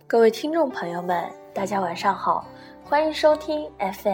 各位听众朋友们，大家晚上好，欢迎收听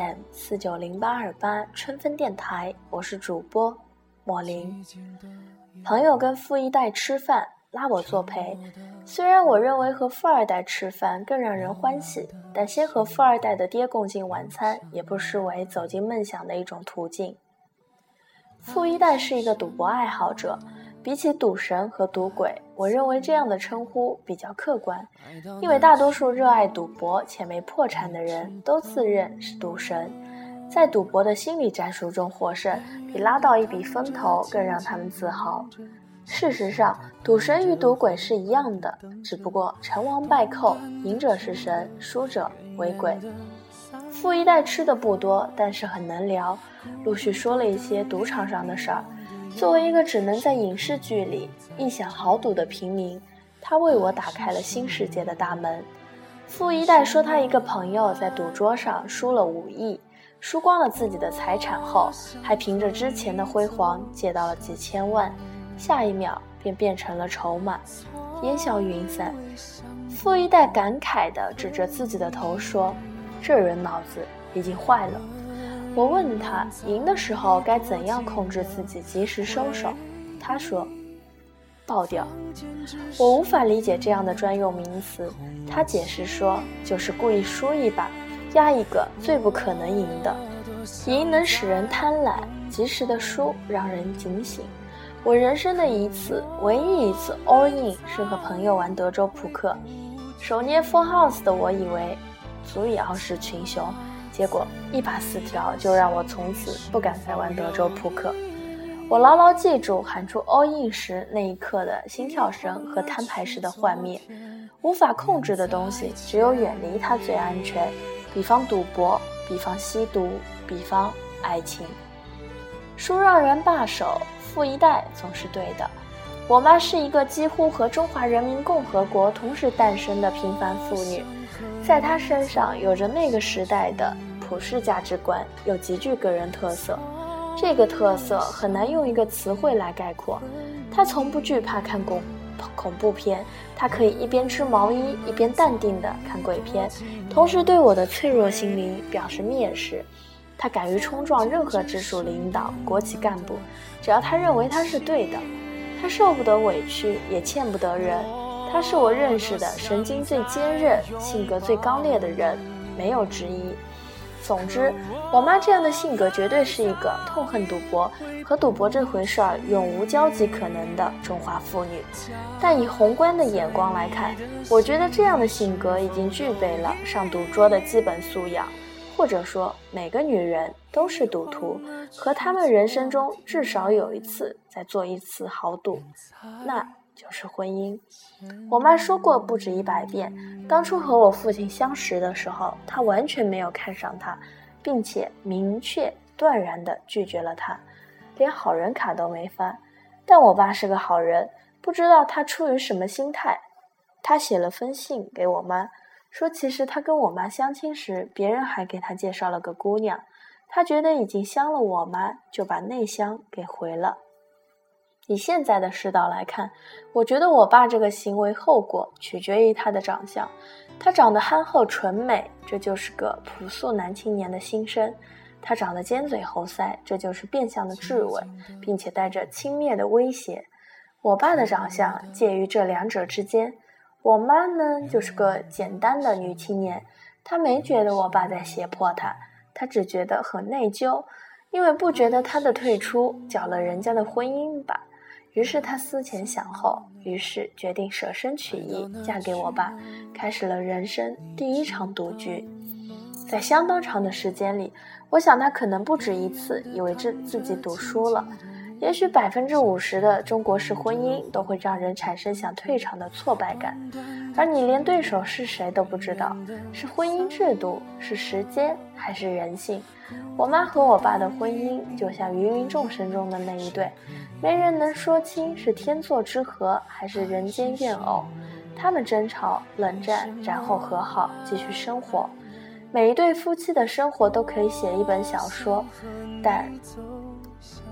FM490828 春分电台，我是主播莫林。朋友跟富一代吃饭，拉我作陪。虽然我认为和富二代吃饭更让人欢喜，但先和富二代的爹共进晚餐，也不失为走进梦想的一种途径。富一代是一个赌博爱好者，比起赌神和赌鬼，我认为这样的称呼比较客观，因为大多数热爱赌博且没破产的人都自认是赌神，在赌博的心理战术中获胜，比拉到一笔风头更让他们自豪。事实上，赌神与赌鬼是一样的，只不过成王败寇，赢者是神，输者为鬼。富一代吃的不多，但是很能聊，陆续说了一些赌场上的事儿。作为一个只能在影视剧里一想豪赌的平民，他为我打开了新世界的大门。富一代说他一个朋友在赌桌上输了5亿，输光了自己的财产后，还凭着之前的辉煌借到了几千万，下一秒便变成了筹码，烟消云散。富一代感慨地指着自己的头说，这人脑子已经坏了。我问他赢的时候该怎样控制自己及时收手，他说爆掉。我无法理解这样的专用名词，他解释说就是故意输一把，压一个最不可能赢的。赢能使人贪婪，及时的输让人警醒。我人生的唯一一次 all in 是和朋友玩德州扑克，手捏 full house 的我以为足以傲视群雄，结果一把4条就让我从此不敢再玩德州扑克。我牢牢记住喊出 all in 时那一刻的心跳声和摊牌时的幻灭。无法控制的东西只有远离它最安全，比方赌博，比方吸毒，比方爱情。输让人罢手，富一代总是对的。我妈是一个几乎和中华人民共和国同时诞生的平凡妇女，在她身上有着那个时代的普世价值观，有极具个人特色。这个特色很难用一个词汇来概括。她从不惧怕看恐怖片，她可以一边织毛衣一边淡定地看鬼片，同时对我的脆弱心灵表示蔑视。她敢于冲撞任何直属领导、国企干部，只要她认为她是对的。她受不得委屈，也欠不得人。她是我认识的神经最坚韧、性格最刚烈的人，没有之一。总之，我妈这样的性格绝对是一个痛恨赌博和赌博这回事儿永无交集可能的中华妇女。但以宏观的眼光来看，我觉得这样的性格已经具备了上赌桌的基本素养。或者说，每个女人都是赌徒，和她们人生中至少有一次在做一次豪赌，那就是婚姻。我妈说过不止100遍，当初和我父亲相识的时候，她完全没有看上他，并且明确断然地拒绝了他，连好人卡都没发。但我爸是个好人，不知道他出于什么心态，他写了封信给我妈，说其实他跟我妈相亲时，别人还给他介绍了个姑娘，他觉得已经相了我妈，就把内相给回了。以现在的世道来看，我觉得我爸这个行为后果取决于他的长相。他长得憨厚纯美，这就是个朴素男青年的心声；他长得尖嘴猴腮，这就是变相的质问，并且带着轻蔑的威胁。我爸的长相介于这两者之间。我妈呢，就是个简单的女青年，她没觉得我爸在胁迫她，她只觉得很内疚，因为不觉得她的退出搅了人家的婚姻吧。于是她思前想后，于是决定舍身取义，嫁给我爸，开始了人生第一场赌局。在相当长的时间里，我想她可能不止一次以为自己赌输了。也许50%的中国式婚姻都会让人产生想退场的挫败感，而你连对手是谁都不知道，是婚姻制度，是时间，还是人性。我妈和我爸的婚姻就像芸芸众生中的那一对，没人能说清是天作之合还是人间怨偶。他们争吵、冷战，然后和好，继续生活。每一对夫妻的生活都可以写一本小说，但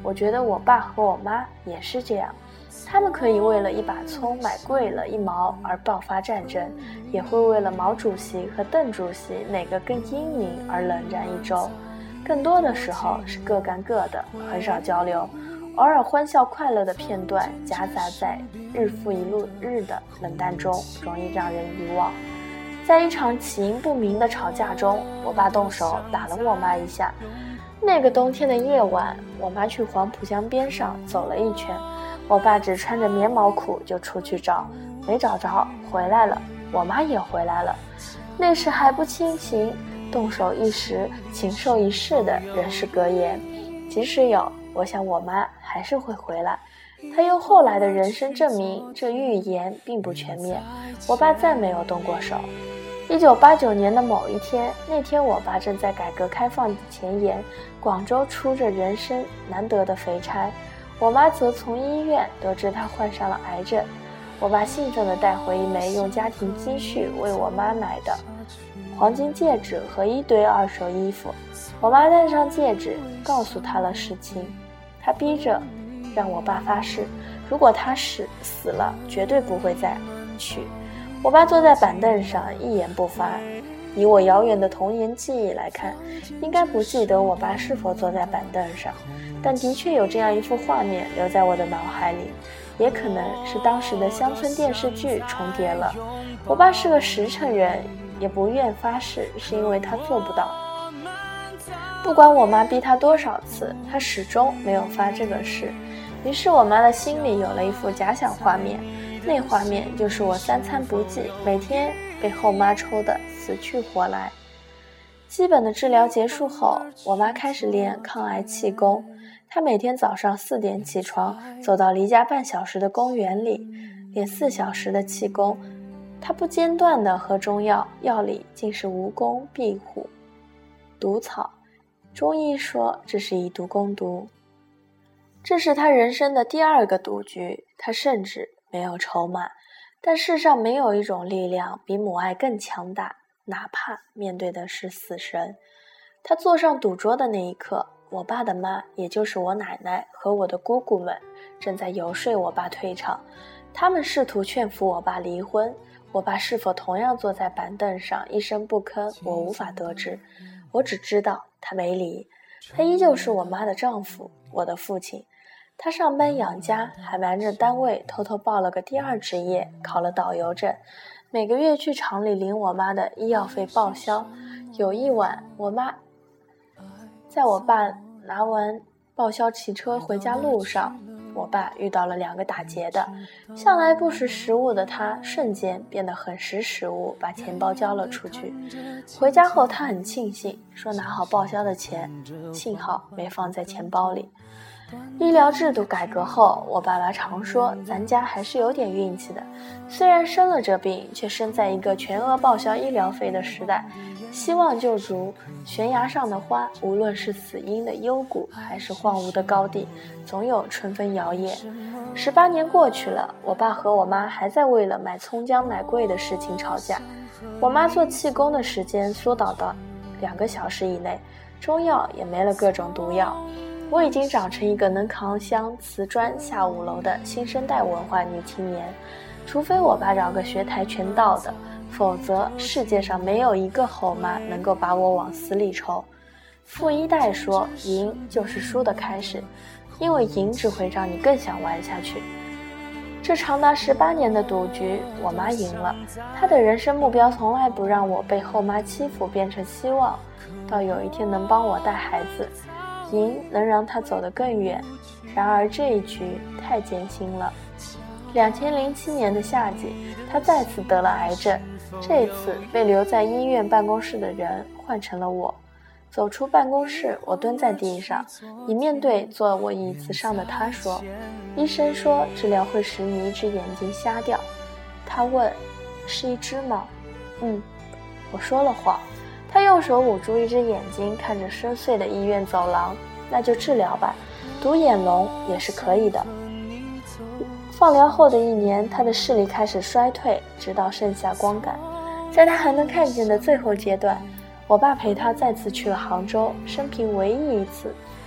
我觉得我爸和我妈也是这样，他们可以为了一把葱买贵了1毛而爆发战争，也会为了毛主席和邓主席哪个更英明而冷战一周。更多的时候是各干各的，很少交流，偶尔欢笑快乐的片段夹杂在日复一日的冷淡中，容易让人遗忘。在一场起因不明的吵架中，我爸动手打了我妈一下。那个冬天的夜晚，我妈去黄浦江边上走了一圈，我爸只穿着棉毛裤就出去找，没找着，回来了，我妈也回来了。那时还不清醒，动手一时，禽兽一世的人世格言，即使有，我想我妈还是会回来。她用后来的人生证明，这预言并不全面。我爸再没有动过手。1989年的某一天，那天我爸正在改革开放前沿，广州出着人生难得的肥差，我妈则从医院得知她患上了癌症。我爸兴奋地带回一枚用家庭积蓄为我妈买的黄金戒指和一堆二手衣服。我妈戴上戒指，告诉他了实情。她逼着让我爸发誓，如果他死了，绝对不会再娶。我爸坐在板凳上一言不发。以我遥远的童年记忆来看，应该不记得我爸是否坐在板凳上，但的确有这样一幅画面留在我的脑海里，也可能是当时的乡村电视剧重叠了。我爸是个实诚人，也不愿发誓，是因为他做不到。不管我妈逼他多少次，他始终没有发这个誓。于是我妈的心里有了一幅假想画面，那画面就是我3餐不继，每天被后妈抽得死去活来。基本的治疗结束后，我妈开始练抗癌气功。她每天早上4点起床，走到离家半小时的公园里，练4小时的气功。她不间断地喝中药，药里尽是蜈蚣、壁虎、毒草。中医说这是以毒攻毒。这是他人生的第2个赌局，他甚至没有筹码，但世上没有一种力量比母爱更强大，哪怕面对的是死神。他坐上赌桌的那一刻，我爸的妈，也就是我奶奶和我的姑姑们，正在游说我爸退场。他们试图劝服我爸离婚，我爸是否同样坐在板凳上一声不吭，我无法得知。我只知道他没离，他依旧是我妈的丈夫，我的父亲。他上班养家，还瞒着单位偷偷报了个第2职业，考了导游证，每个月去厂里领我妈的医药费报销。有一晚，我妈在我爸拿完报销骑车回家路上，我爸遇到了2个打劫的。向来不识时务的他瞬间变得很识时务，把钱包交了出去。回家后他很庆幸，说拿好报销的钱，幸好没放在钱包里。医疗制度改革后，我爸爸常说咱家还是有点运气的，虽然生了这病，却生在一个全额报销医疗费的时代。希望就如悬崖上的花，无论是死荫的幽谷还是荒芜的高地，总有春风摇曳。18年过去了，我爸和我妈还在为了买葱姜买贵的事情吵架。我妈做气功的时间缩短到2个小时以内，中药也没了各种毒药。我已经长成一个能扛箱瓷砖下5楼的新生代文化女青年，除非我爸找个学跆拳道的，否则世界上没有一个后妈能够把我往死里抽。富一代说，赢就是输的开始，因为赢只会让你更想玩下去。这长达18年的赌局，我妈赢了。她的人生目标从来不让我被后妈欺负变成希望，到有一天能帮我带孩子。赢能让他走得更远，然而这一局太艰辛了。2007年的夏季，他再次得了癌症，这次被留在医院办公室的人换成了我。走出办公室，我蹲在地上，以面对坐我椅子上的他说，医生说治疗会使你一只眼睛瞎掉。他问，是一只吗？我说了谎。他用手捂住一只眼睛，看着深邃的医院走廊，那就治疗吧，独眼龙也是可以的。放疗后的1年，他的视力开始衰退，直到剩下光感。在他还能看见的最后阶段，我爸陪他再次去了杭州，生平唯一一次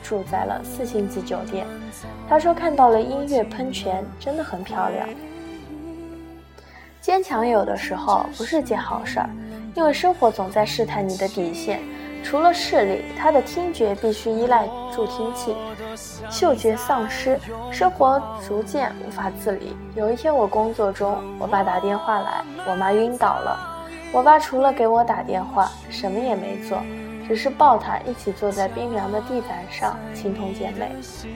住在了4星级酒店。他说看到了音乐喷泉，真的很漂亮。坚强有的时候不是件好事儿，因为生活总在试探你的底线。除了视力，他的听觉必须依赖助听器，嗅觉丧失，生活逐渐无法自理。有一天我工作中，我爸打电话来，我妈晕倒了。我爸除了给我打电话，什么也没做，只是抱她一起坐在冰凉的地板上，情同姐妹。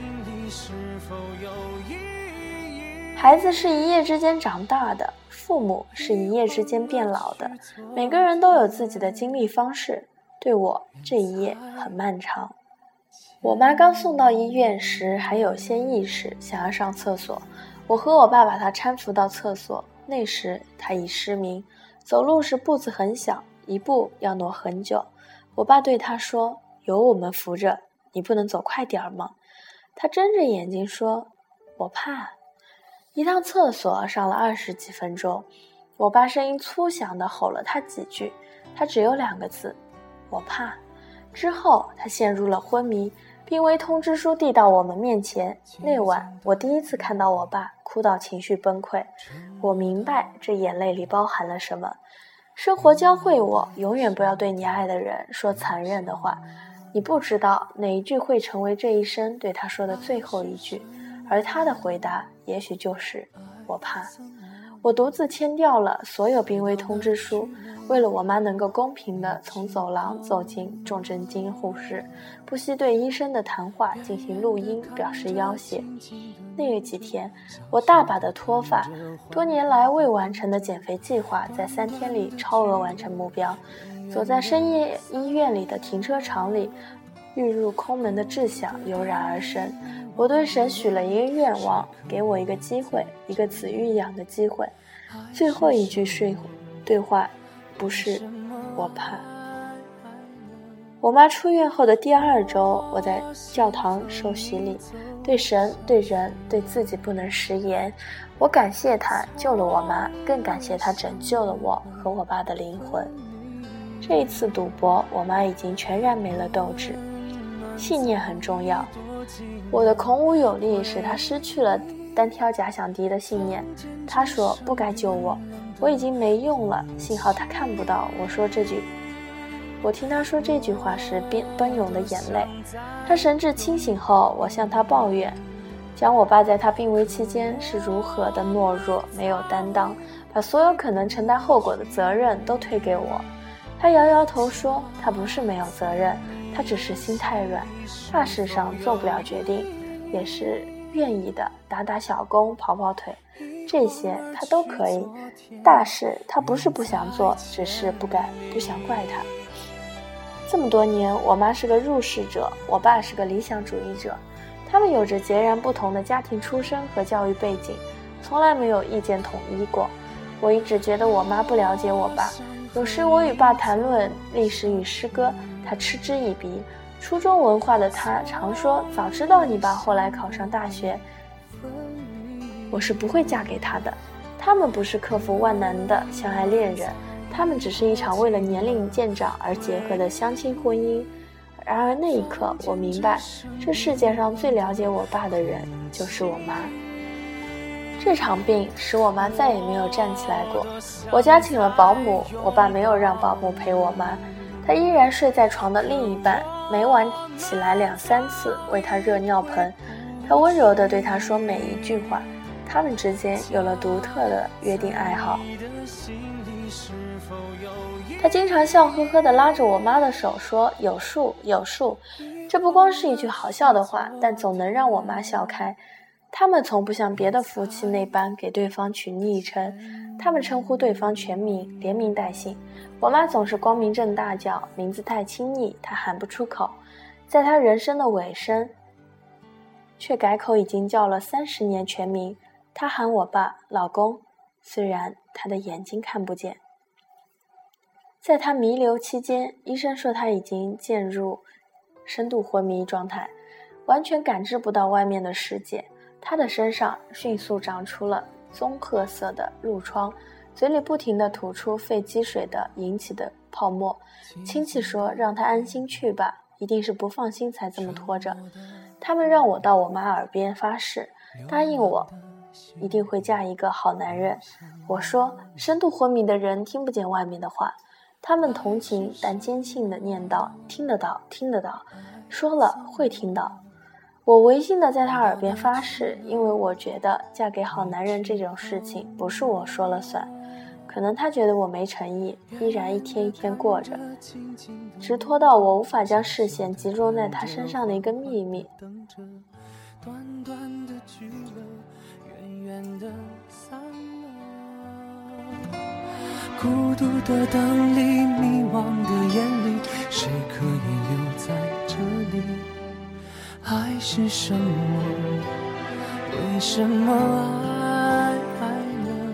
孩子是一夜之间长大的，父母是一夜之间变老的，每个人都有自己的经历方式。对我，这一夜很漫长。我妈刚送到医院时还有些意识，想要上厕所。我和我爸把她搀扶到厕所，那时她已失明，走路时步子很小，一步要挪很久。我爸对她说：“有我们扶着，你不能走快点吗？”她睁着眼睛说：“我怕。”一趟厕所上了20几分钟，我爸声音粗响地吼了她几句，她只有2个字：我怕。之后他陷入了昏迷，病危通知书递到我们面前。那晚我第一次看到我爸哭到情绪崩溃，我明白这眼泪里包含了什么。生活教会我永远不要对你爱的人说残忍的话，你不知道哪一句会成为这一生对他说的最后一句，而他的回答也许就是我怕。我独自签掉了所有病危通知书，为了我妈能够公平地从走廊走进重症监护室，不惜对医生的谈话进行录音，表示要挟。那几天，我大把的脱发，多年来未完成的减肥计划在3天里超额完成目标。走在深夜医院里的停车场里，欲入空门的志向油然而生。我对神许了一个愿望，给我一个机会，一个子欲养的机会。最后一句对话不是我怕。我妈出院后的第2周，我在教堂受洗礼，对神、对人、对自己不能食言。我感谢她救了我妈，更感谢她拯救了我和我爸的灵魂。这一次赌博，我妈已经全然没了斗志。信念很重要，我的孔武有力使她失去了单挑假想敌的信念。她说不该救我，我已经没用了，幸好她看不到我听她说这句话时奔涌的眼泪。她神志清醒后，我向她抱怨，讲我爸在他病危期间是如何的懦弱，没有担当，把所有可能承担后果的责任都推给我。他摇摇头说，他不是没有责任，他只是心太软，大事上做不了决定，也是愿意的打打小工，跑跑腿，这些他都可以。大事他不是不想做，只是不想怪他。这么多年，我妈是个入世者，我爸是个理想主义者，他们有着截然不同的家庭出身和教育背景，从来没有意见统一过。我一直觉得我妈不了解我爸，有时我与爸谈论历史与诗歌，他嗤之以鼻。初中文化的他常说，早知道你爸后来考上大学，我是不会嫁给他的。他们不是克服万难的相爱恋人，他们只是一场为了年龄渐长而结合的相亲婚姻。然而那一刻，我明白，这世界上最了解我爸的人就是我妈。这场病使我妈再也没有站起来过。我家请了保姆，我爸没有让保姆陪我妈，他依然睡在床的另一半，每晚起来2、3次为她热尿盆。他温柔地对她说每一句话，他们之间有了独特的约定爱好。他经常笑呵呵地拉着我妈的手说，有数有数。这不光是一句好笑的话，但总能让我妈笑开。他们从不像别的夫妻那般给对方取昵称，他们称呼对方全名，连名带姓。我妈总是光明正大叫，名字太亲昵，她喊不出口。在她人生的尾声，却改口已经叫了30年全名。她喊我爸老公，虽然她的眼睛看不见。在她弥留期间，医生说她已经渐入深度昏迷状态，完全感知不到外面的世界。她的身上迅速长出了棕褐色的褥疮，嘴里不停地吐出肺积水的引起的泡沫。亲戚说让她安心去吧， 一定是不放心才这么拖着。他们让我到我妈耳边发誓，答应我一定会嫁一个好男人。我说，深度昏迷的人听不见外面的话。他们同情但坚信地念道，听得到，听得到，说了会听到。我违心地在他耳边发誓，因为我觉得嫁给好男人这种事情不是我说了算。可能他觉得我没诚意，依然一天一天过着，直拖到我无法将视线集中在他身上的一个秘密。 短短的聚了，远远的散了。孤独的灯里，迷惘的眼里，谁可以留在这里？爱是什么？为什么爱了？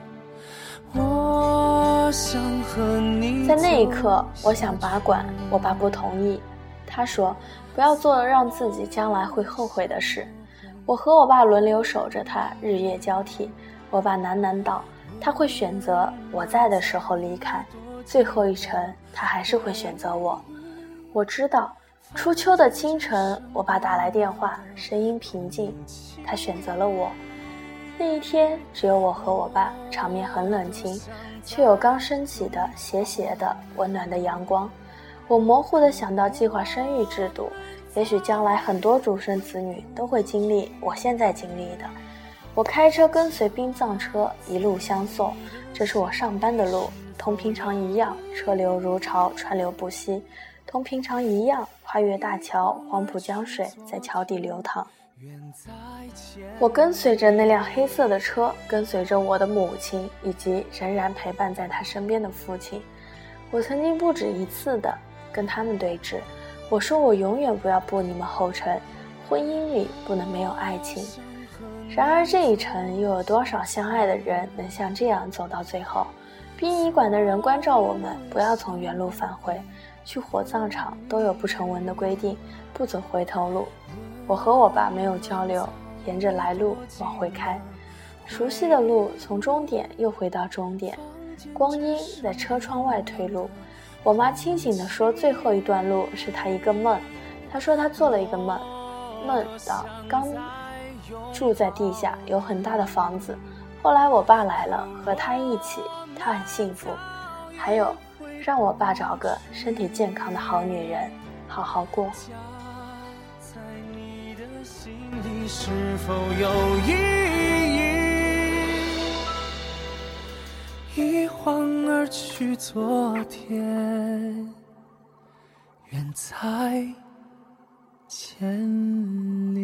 我想和你。 在那一刻，我想拔管，我爸不同意。他说，不要做让自己将来会后悔的事。我和我爸轮流守着他，日夜交替。我爸喃喃道，他会选择我在的时候离开，最后一程他还是会选择我。我知道，初秋的清晨，我爸打来电话，声音平静，他选择了我。那一天只有我和我爸，场面很冷清，却有刚升起的斜斜的温暖的阳光。我模糊地想到计划生育制度，也许将来很多独生子女都会经历我现在经历的。我开车跟随殡葬车一路相送，这是我上班的路，同平常一样，车流如潮，川流不息，同平常一样，跨越大桥，黄浦江水在桥底流淌。我跟随着那辆黑色的车，跟随着我的母亲，以及仍然陪伴在她身边的父亲。我曾经不止一次的跟他们对峙，我说我永远不要步你们后尘，婚姻里不能没有爱情。然而这一程又有多少相爱的人能像这样走到最后？殡仪馆的人关照我们不要从原路返回，去火葬场都有不成文的规定，不走回头路。我和我爸没有交流，沿着来路往回开，熟悉的路从终点又回到终点，光阴在车窗外推路。我妈清醒地说，最后一段路是她一个梦。她说她做了一个梦，梦到刚住在地下有很大的房子，后来我爸来了，和他一起，他很幸福。还有让我爸找个身体健康的好女人，好好过。 在你的心里是否有意义？一晃而去昨天，远在千里。